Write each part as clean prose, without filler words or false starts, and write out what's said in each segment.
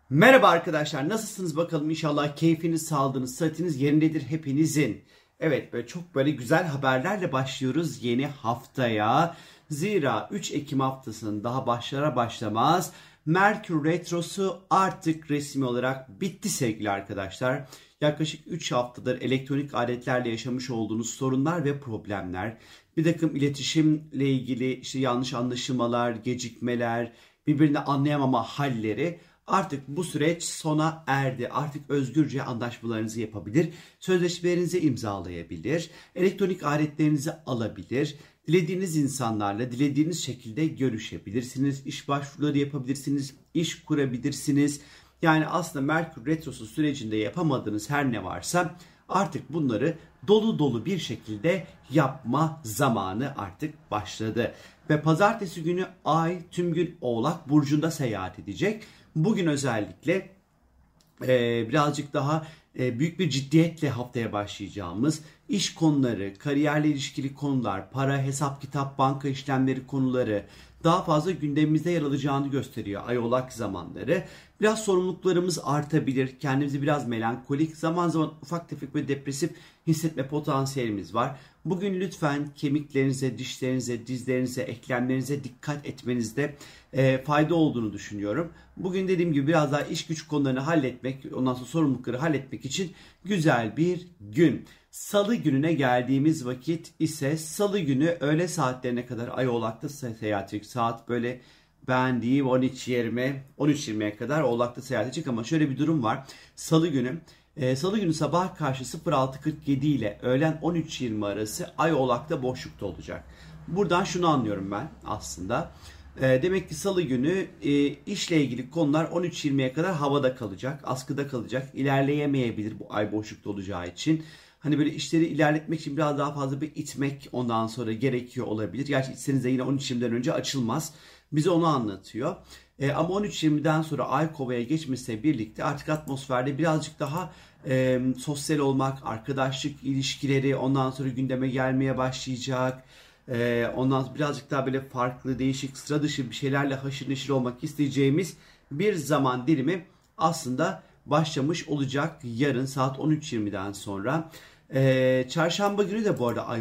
Merhaba arkadaşlar, nasılsınız bakalım? İnşallah keyfiniz, sağlığınız, sıhhatiniz yerindedir hepinizin. Evet, böyle güzel haberlerle başlıyoruz yeni haftaya. Zira 3 Ekim haftasının daha başlara başlamaz Merkür Retrosu artık resmi olarak bitti sevgili arkadaşlar. Yaklaşık 3 haftadır elektronik aletlerle yaşamış olduğunuz sorunlar ve problemler, bir takım iletişimle ilgili işte yanlış anlaşılmalar, gecikmeler, birbirini anlayamama halleri, artık bu süreç sona erdi. Artık özgürce anlaşmalarınızı yapabilir, sözleşmelerinizi imzalayabilir, elektronik aletlerinizi alabilir, dilediğiniz insanlarla dilediğiniz şekilde görüşebilirsiniz, iş başvuruları yapabilirsiniz, iş kurabilirsiniz. Yani aslında Merkür Retrosu sürecinde yapamadığınız her ne varsa artık bunları dolu dolu bir şekilde yapma zamanı artık başladı. Ve pazartesi günü Ay tüm gün Oğlak Burcu'nda seyahat edecek. Bugün özellikle birazcık daha büyük bir ciddiyetle haftaya başlayacağımız iş konuları, kariyerle ilişkili konular, para, hesap, kitap, banka işlemleri konuları daha fazla gündemimizde yer alacağını gösteriyor Ay Oğlak zamanları. Biraz sorumluluklarımız artabilir, kendimizi biraz melankolik, zaman zaman ufak tefek ve depresif hissetme potansiyelimiz var. Bugün lütfen kemiklerinize, dişlerinize, dizlerinize, eklemlerinize dikkat etmenizde fayda olduğunu düşünüyorum. Bugün dediğim gibi biraz daha iş güç konularını halletmek, ondan sonra sorumlulukları halletmek için güzel bir gün. Salı gününe geldiğimiz vakit ise Salı günü öğle saatlerine kadar Ay Oğlak'ta seyahat edecek. Saat böyle ben diyeyim 13.20'ye kadar Oğlak'ta seyahat edecek, ama şöyle bir durum var. Salı günü sabah karşı 06.47 ile öğlen 13.20 arası Ay Oğlak'ta boşlukta olacak. Buradan şunu anlıyorum ben aslında. Demek ki Salı günü işle ilgili konular 13.20'ye kadar havada kalacak, askıda kalacak, ilerleyemeyebilir bu ay boşlukta olacağı için. Hani böyle işleri ilerletmek için biraz daha fazla bir itmek ondan sonra gerekiyor olabilir. Gerçi içseniz de yine 13.20'den önce açılmaz. Bize onu anlatıyor. Ama 13.20'den sonra Ay Kova'ya geçmesiyle birlikte artık atmosferde birazcık daha sosyal olmak, arkadaşlık ilişkileri ondan sonra gündeme gelmeye başlayacak. Ondan sonra birazcık daha böyle farklı, değişik, sıra dışı bir şeylerle haşır neşir olmak isteyeceğimiz bir zaman dilimi aslında başlamış olacak yarın saat 13.20'den sonra. Çarşamba günü de bu arada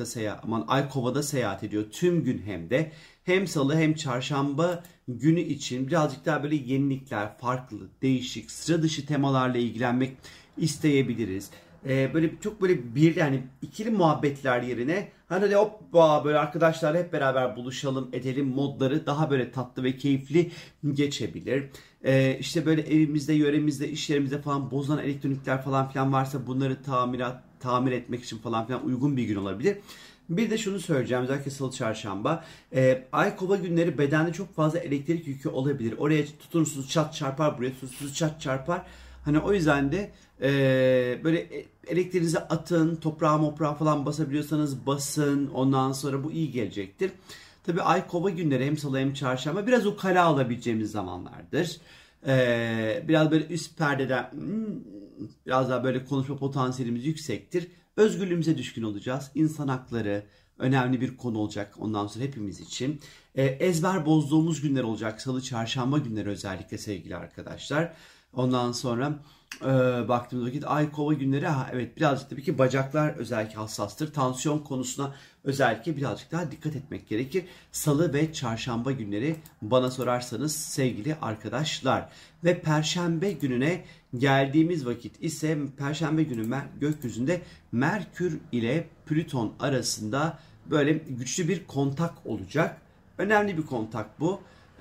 Ay Kova'da seyahat ediyor tüm gün, hem Salı hem Çarşamba günü için birazcık daha böyle yenilikler, farklı, değişik, sıra dışı temalarla ilgilenmek isteyebiliriz. Böyle çok böyle bir yani ikili muhabbetler yerine hani de hoppa böyle arkadaşlarla hep beraber buluşalım edelim modları daha böyle tatlı ve keyifli geçebilir. İşte böyle evimizde, yöremizde, iş yerimizde falan bozulan elektronikler falan filan varsa bunları tamir etmek için falan filan uygun bir gün olabilir. Bir de şunu söyleyeceğim, özellikle Salı Çarşamba. Ay Kova günleri bedende çok fazla elektrik yükü olabilir. Oraya tutunursunuz çat çarpar, buraya tutunursunuz çat çarpar. Hani o yüzden de böyle elektriğinizi atın, toprağa falan basabiliyorsanız basın. Ondan sonra bu iyi gelecektir. Tabii Ay Kova günleri hem Salı hem Çarşamba biraz ukala alabileceğimiz zamanlardır. Biraz böyle üst perdeden biraz daha böyle konuşma potansiyelimiz yüksektir. Özgürlüğümüze düşkün olacağız. İnsan hakları önemli bir konu olacak ondan sonra hepimiz için. Ezber bozduğumuz günler olacak. Salı, Çarşamba günleri özellikle sevgili arkadaşlar. Ondan sonra baktığımız vakit Ay Kova günleri evet birazcık tabii ki bacaklar özellikle hassastır. Tansiyon konusuna özellikle birazcık daha dikkat etmek gerekir. Salı ve Çarşamba günleri bana sorarsanız sevgili arkadaşlar. Ve Perşembe gününe geldiğimiz vakit ise Perşembe günü gökyüzünde Merkür ile Plüton arasında böyle güçlü bir kontak olacak. Önemli bir kontak bu.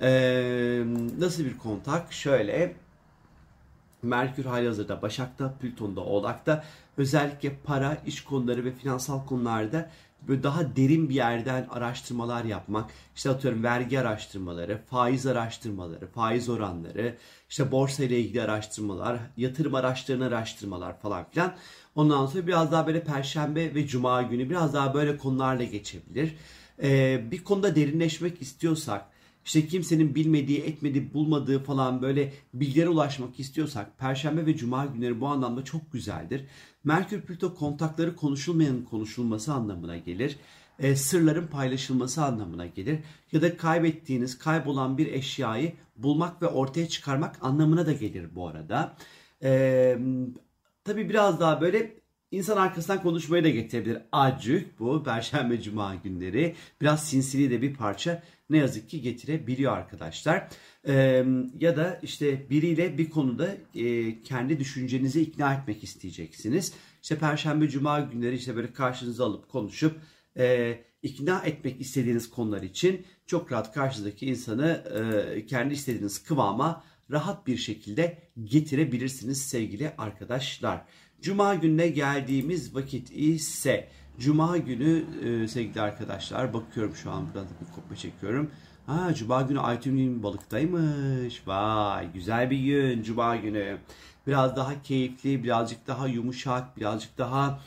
Nasıl bir kontak? Şöyle, Merkür halihazırda Başak'ta, Plüton'da Oğlak'ta. Özellikle para, iş konuları ve finansal konularda böyle daha derin bir yerden araştırmalar yapmak. İşte atıyorum vergi araştırmaları, faiz araştırmaları, faiz oranları, işte borsa ile ilgili araştırmalar, yatırım araçlarını araştırmalar falan filan. Ondan sonra biraz daha böyle Perşembe ve Cuma günü biraz daha böyle konularla geçebilir. Bir konuda derinleşmek istiyorsak, işte kimsenin bilmediği, etmediği, bulmadığı falan böyle bilgilere ulaşmak istiyorsak Perşembe ve Cuma günleri bu anlamda çok güzeldir. Merkür Plüto kontakları konuşulmayanın konuşulması anlamına gelir. sırların paylaşılması anlamına gelir. Ya da kaybettiğiniz, kaybolan bir eşyayı bulmak ve ortaya çıkarmak anlamına da gelir bu arada. Tabii biraz daha böyle insan arkasından konuşmayı da getirebilir. Acık bu Perşembe Cuma günleri. Biraz sinsili de bir parça ne yazık ki getirebiliyor arkadaşlar. Ya da işte biriyle bir konuda kendi düşüncenizi ikna etmek isteyeceksiniz. İşte Perşembe Cuma günleri işte böyle karşınıza alıp konuşup ikna etmek istediğiniz konular için çok rahat karşınızdaki insanı kendi istediğiniz kıvama rahat bir şekilde getirebilirsiniz sevgili arkadaşlar. Cuma gününe geldiğimiz vakit ise Cuma günü sevgili arkadaşlar bakıyorum şu an buradan bir kopya çekiyorum. Cuma günü Aytun balıktaymış. Vay güzel bir gün Cuma günü. Biraz daha keyifli, birazcık daha yumuşak, birazcık daha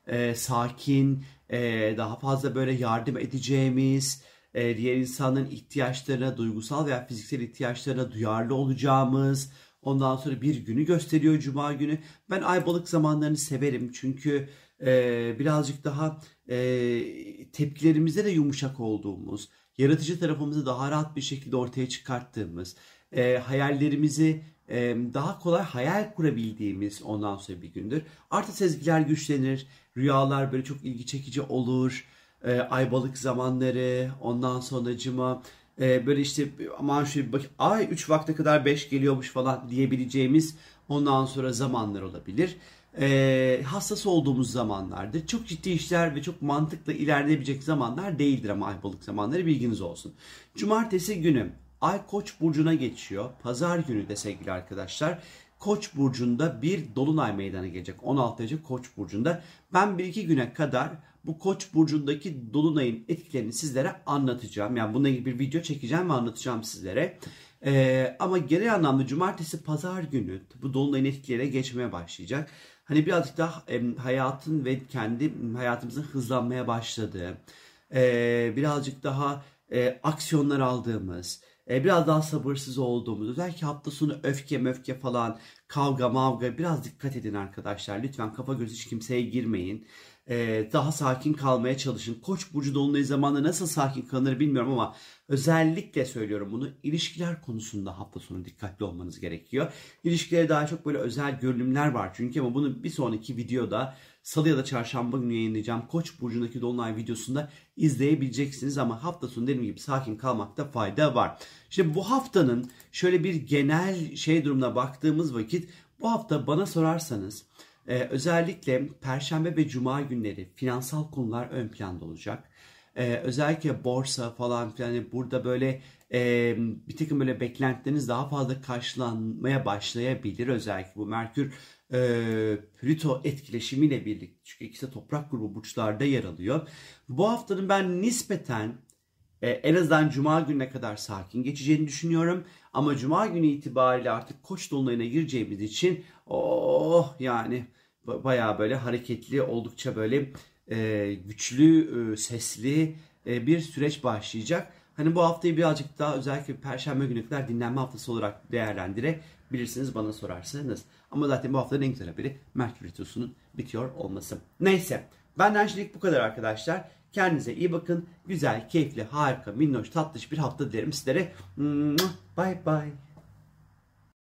sakin, daha fazla böyle yardım edeceğimiz, diğer insanların ihtiyaçlarına, duygusal veya fiziksel ihtiyaçlarına duyarlı olacağımız, ondan sonra bir günü gösteriyor Cuma günü. Ben ay balık zamanlarını severim çünkü birazcık daha tepkilerimizde de yumuşak olduğumuz, yaratıcı tarafımızı daha rahat bir şekilde ortaya çıkarttığımız, hayallerimizi daha kolay hayal kurabildiğimiz ondan sonra bir gündür. Artı sezgiler güçlenir, rüyalar böyle çok ilgi çekici olur. Ay balık zamanları, ondan sonracıma böyle işte aman şöyle bir bak, ay 3 vakte kadar 5 geliyormuş falan diyebileceğimiz ondan sonra zamanlar olabilir. Hassas olduğumuz zamanlardır. Çok ciddi işler ve çok mantıkla ilerleyebilecek zamanlar değildir ama ay balık zamanları bilginiz olsun. Cumartesi günü ay Koç burcuna geçiyor. Pazar günü de sevgili arkadaşlar Koç burcunda bir dolunay meydana gelecek. 16 derece Koç burcunda. Ben 1-2 güne kadar bu Koç burcundaki dolunayın etkilerini sizlere anlatacağım. Yani bununla ilgili bir video çekeceğim ve anlatacağım sizlere. Ama genel anlamda cumartesi pazar günü bu dolunayın etkilerine geçmeye başlayacak. Hani birazcık daha hayatın ve kendi hayatımızın hızlanmaya başladığı, birazcık daha aksiyonlar aldığımız, biraz daha sabırsız olduğumuz, özellikle hafta sonu öfke falan, kavga mavga biraz dikkat edin arkadaşlar. Lütfen kafa göz hiç kimseye girmeyin. Daha sakin kalmaya çalışın. Koç burcu dolunay zamanında nasıl sakin kalınır bilmiyorum ama özellikle söylüyorum bunu. İlişkiler konusunda hafta sonu dikkatli olmanız gerekiyor. İlişkilere daha çok böyle özel görünümler var çünkü ama bunu bir sonraki videoda salı ya da çarşamba günü yayınlayacağım. Koç burcundaki dolunay videosunda izleyebileceksiniz ama hafta sonu dediğim gibi sakin kalmakta fayda var. Şimdi bu haftanın şöyle bir genel durumuna baktığımız vakit bu hafta bana sorarsanız özellikle Perşembe ve Cuma günleri finansal konular ön planda olacak. Özellikle borsa falan yani burada böyle bir takım böyle beklentileriniz daha fazla karşılanmaya başlayabilir. Özellikle bu Merkür Plüto etkileşimiyle birlikte çünkü ikisi de toprak grubu burçlarda yer alıyor. Bu haftanın ben nispeten en azından Cuma gününe kadar sakin geçeceğini düşünüyorum. Ama Cuma günü itibariyle artık Koç dolunayına gireceğimiz için yani bayağı böyle hareketli, oldukça böyle güçlü, sesli bir süreç başlayacak. Hani bu haftayı birazcık daha özellikle Perşembe günü kadar dinlenme haftası olarak değerlendirebilirsiniz bana sorarsanız. Ama zaten bu haftanın en güzel haberi Merkür Retrosu'nun bitiyor olması. Neyse, benden şimdilik bu kadar arkadaşlar. Kendinize iyi bakın. Güzel, keyifli, harika, minnoş, tatlış bir hafta dilerim sizlere. Bye bye.